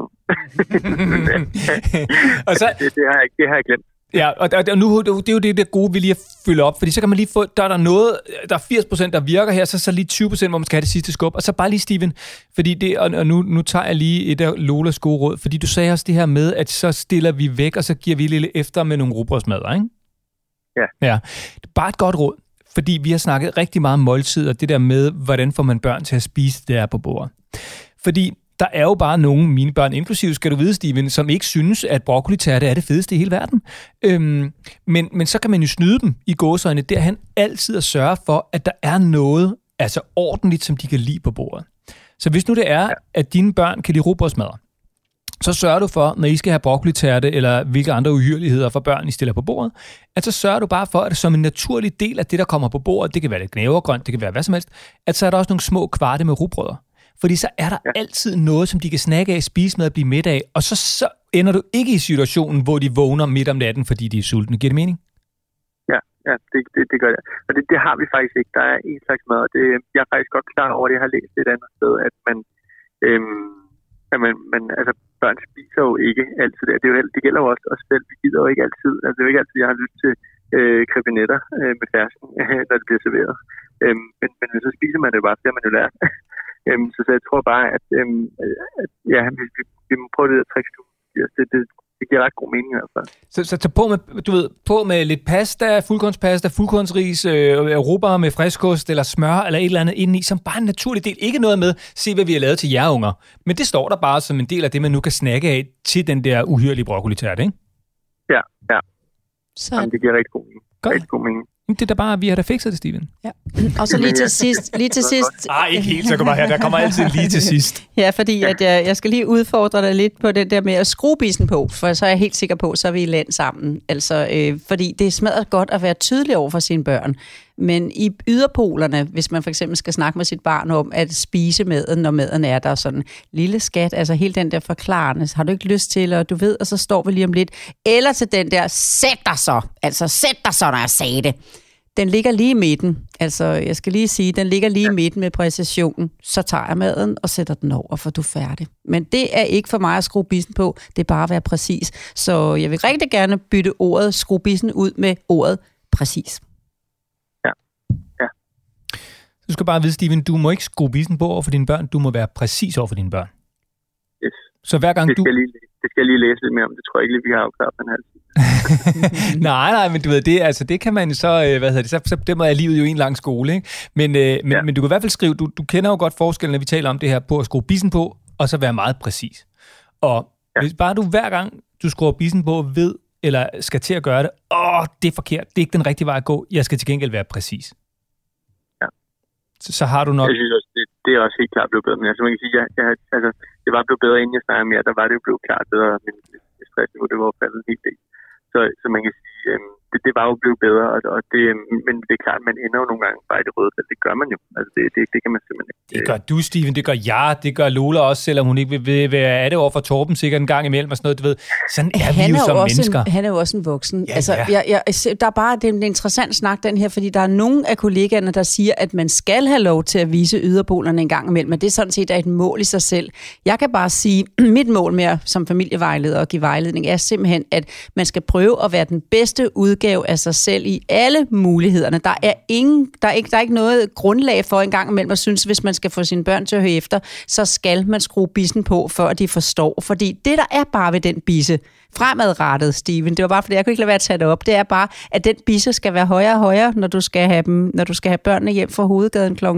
Og så, det har jeg glemt. Ja, og nu, det er jo det gode, vi lige at følge op, fordi så kan man lige få, der er noget, der er 80%, der virker her, så lige 20%, hvor man skal have det sidste skub. Og så bare lige, Steven, fordi det, og nu tager jeg lige et af Lolas gode råd, fordi du sagde også det her med, at så stiller vi væk, og så giver vi lidt efter med nogle rugbrødsmadder, ikke? Ja. Det er bare et godt råd, fordi vi har snakket rigtig meget om måltid, og det der med, hvordan får man børn til at spise det der på bordet. Fordi der er jo bare nogle, mine børn inklusive, skal du vide, Steven, som ikke synes, at broccolitærte er det fedeste i hele verden. Men så kan man jo snyde dem i gåseøjne derhen altid at sørge for, at der er noget altså ordentligt, som de kan lide på bordet. Så hvis nu det er, at dine børn kan lide rugbrødsmadder, så sørger du for, når I skal have broccolitærte eller hvilke andre uhyrligheder for børn, I stiller på bordet, at så sørger du bare for, at det som en naturlig del af det, der kommer på bordet, det kan være lidt knævergrønt, det kan være hvad som helst, at så er der også nogle små kvarte med rugbrødder. Fordi så er der altid noget, som de kan snakke af, spise med og blive midt af, og så ender du ikke i situationen, hvor de vågner midt om natten, fordi de er sultne. Giver det mening? Ja, det gør det. Og det har vi faktisk ikke. Der er en slags mad, og jeg er faktisk godt klar over, at jeg har læst et andet sted, at man altså børn spiser jo ikke altid. Det gælder jo også os selv. Vi gider jo ikke altid. Altså det er jo ikke altid, jeg har lyst til krebinetter med fersken, når det bliver serveret. Men så spiser man det bare, det har man jo lært. Så jeg tror bare, at vi må prøve det der trick. Det giver ret god mening i hvert fald. Så tag på med lidt pasta, fuldkornspasta, fuldkornsris, rugbrød med friskost eller smør eller et eller andet indeni, som bare en naturlig del. Ikke noget med, se hvad vi har lavet til jer unger. Men det står der bare som en del af det, man nu kan snakke af til den der uhyrlige broccolitærte, ikke? Ja. Så... Jamen, det giver rigtig god mening. Det er da bare, vi har da fikset det, Steven. Ja. Og så lige til sidst. Ikke helt, så kommer her. Der kommer altid lige til sidst. Ja, fordi at jeg skal lige udfordre dig lidt på det der med at skrue bissen på, for så er jeg helt sikker på, så er vi i land sammen. Altså, fordi det er smadret godt at være tydelig over for sine børn. Men i yderpolerne, hvis man for eksempel skal snakke med sit barn om at spise maden, når maden er der, sådan lille skat, altså hele den der forklarende, har du ikke lyst til, og du ved, og så står vi lige om lidt. Eller til den der, sæt dig så, når jeg sagde det. Den ligger lige i midten. Altså, jeg skal lige sige, den ligger lige i midten med præcision. Så tager jeg maden og sætter den over, for du er færdig. Men det er ikke for mig at skrue bissen på. Det er bare at være præcis. Så jeg vil rigtig gerne bytte ordet skrue bissen ud med ordet præcis. Ja. Du skal bare vide, Steven, du må ikke skrue bissen på over for dine børn. Du må være præcis over for dine børn. Yes. Så hver gang det skal jeg lige læse lidt mere om. Det tror jeg ikke lige, vi har afklaret på den her tid. nej, men du ved, det kan man så, så det er livet jo en lang skole, ikke? Men du kan i hvert fald skrive, du kender jo godt forskellen, når vi taler om det her, på at skrue bissen på, og så være meget præcis. Og hvis bare du hver gang, du skruer bissen på, ved, eller skal til at gøre det, det er forkert, det er ikke den rigtige vej at gå, jeg skal til gengæld være præcis. Ja. Så har du nok... Jeg synes også, det er også helt klart blevet bedre, men altså, man kan sige, altså, det var blevet bedre, inden jeg snakkede mere, der var det jo blevet klart bedre, men stressniveau, det var faldet helt del. Så man kan sige, det var jo blevet bedre, og det, men det er klart, man ender jo nogle gange bare i det røde felt. Det gør man jo. Altså, det kan man simpelthen ikke. Det gør du, Steven. Det gør jeg. Det gør Lola også, selvom hun ikke vil være af det over for Torben sikkert en gang imellem og sådan noget. Du ved, sådan er vi jo som mennesker. Han er jo også en voksen. Ja, altså, der er bare det er en interessant snak, den her, fordi der er nogle af kollegaerne, der siger, at man skal have lov til at vise yderpolerne en gang imellem, men det er sådan set et mål i sig selv. Jeg kan bare sige, mit mål med som familievejleder og give vejledning er simpelthen, at man skal prøve at være den bedste udgave af sig selv i alle mulighederne. Der er ikke noget grundlag for en gang imellem at synes, hvis man skal få sine børn til at høre efter, så skal man skrue bissen på, før de forstår. Fordi det, der er bare ved den bisse, fremadrettet, Steven, det var bare, fordi jeg kunne ikke lade være at tage det op, det er bare, at den bisse skal være højere og højere, når du skal have børnene hjem fra Hovedgaden kl.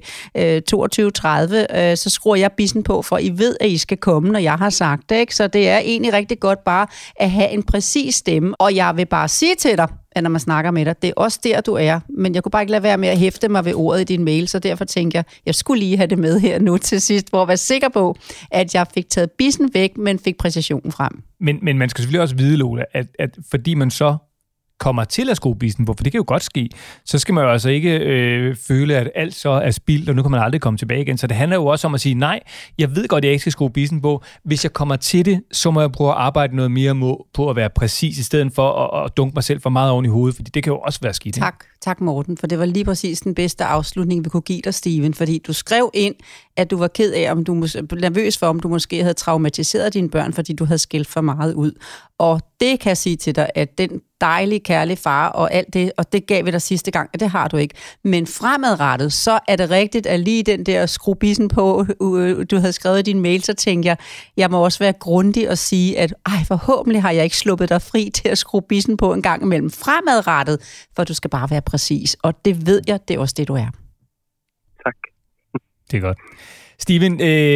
22.30, så skruer jeg bissen på, for I ved, at I skal komme, når jeg har sagt det, ikke? Så det er egentlig rigtig godt bare at have en præcis stemme, og jeg vil bare sige til dig, at når man snakker med dig, det er også der, du er, men jeg kunne bare ikke lade være med at hæfte mig ved ordet i din mail, så derfor tænker jeg skulle lige have det med her nu til sidst, for at være sikker på, at jeg fik taget bissen væk, men fik præcisionen frem. Men man skal selvfølgelig også vide, Lola, at fordi man så kommer til at skrue bissen på, for det kan jo godt ske, så skal man jo altså ikke føle, at alt så er spildt, og nu kan man aldrig komme tilbage igen. Så det handler jo også om at sige, nej, jeg ved godt, at jeg ikke skal skrue bissen på. Hvis jeg kommer til det, så må jeg prøve at arbejde noget mere på at være præcis, i stedet for at dunke mig selv for meget oven i hovedet, fordi det kan jo også være skidt. Tak Morten, for det var lige præcis den bedste afslutning, vi kunne give dig, Steven, fordi du skrev ind, at du var ked af, om du nervøs for, om du måske havde traumatiseret dine børn, fordi du havde skældt for meget ud. Og det kan jeg sige til dig, at den dejlige, kærlige far og alt det, og det gav vi dig sidste gang, at det har du ikke. Men fremadrettet, så er det rigtigt, at lige den der skrubissen på, du havde skrevet i din mail, så tænkte jeg må også være grundig og sige, at forhåbentlig har jeg ikke sluppet dig fri til at skrue bissen på en gang imellem fremadrettet, for du skal bare være præcis. Og det ved jeg, det er også det, du er. Tak. Det er godt. Steven,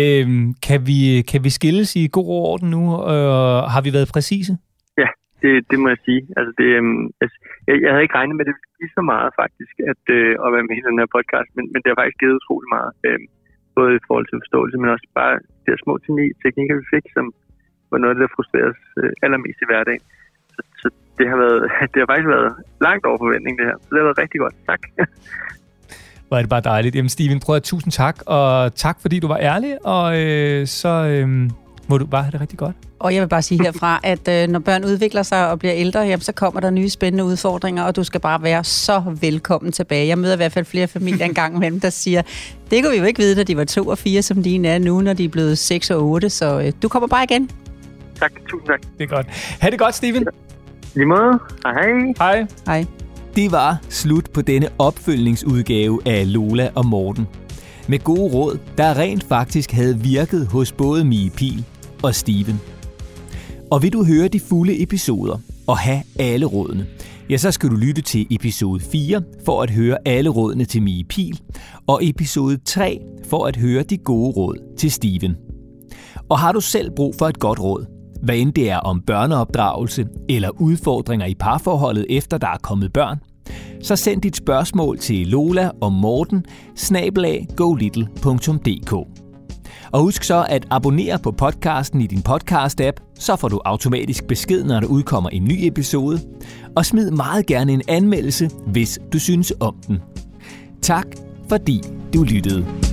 kan vi skilles i god orden nu? Har vi været præcise? Ja, det må jeg sige. Altså jeg havde ikke regnet med, at det ville give så meget faktisk, at være med i den her podcast, men det har faktisk givet utrolig meget. Både i forhold til forståelse, men også bare de her små teknikker, vi fik, som var noget af det, der frustreres allermest i hverdagen. Så det har faktisk været langt over forventning, det her. Så det har været rigtig godt. Tak. Hvor er det bare dejligt. Jamen Steven, prøv at tusind tak, og tak fordi du var ærlig, og så må du bare have det rigtig godt. Og jeg vil bare sige herfra, at når børn udvikler sig og bliver ældre, jamen, så kommer der nye spændende udfordringer, og du skal bare være så velkommen tilbage. Jeg møder i hvert fald flere familier en gang imellem, der siger, det kunne vi jo ikke vide, da de var 2 og 4, som dine er nu, når de er blevet 6 og 8, så du kommer bare igen. Tak, tusind tak. Det er godt. Ha' det godt, Steven. Lige måde. Hej. Hej. Hej. Det var slut på denne opfølgningsudgave af Lola og Morten. Med gode råd, der rent faktisk havde virket hos både Mie Pihl og Steven. Og vil du høre de fulde episoder og have alle rådene, ja, så skal du lytte til episode 4 for at høre alle rådene til Mie Pihl, og episode 3 for at høre de gode råd til Steven. Og har du selv brug for et godt råd, hvad end det er om børneopdragelse eller udfordringer i parforholdet efter der er kommet børn, så send dit spørgsmål til Lola og Morten @golittle.dk. Og husk så at abonnere på podcasten i din podcast-app, så får du automatisk besked, når der udkommer en ny episode. Og smid meget gerne en anmeldelse, hvis du synes om den. Tak fordi du lyttede.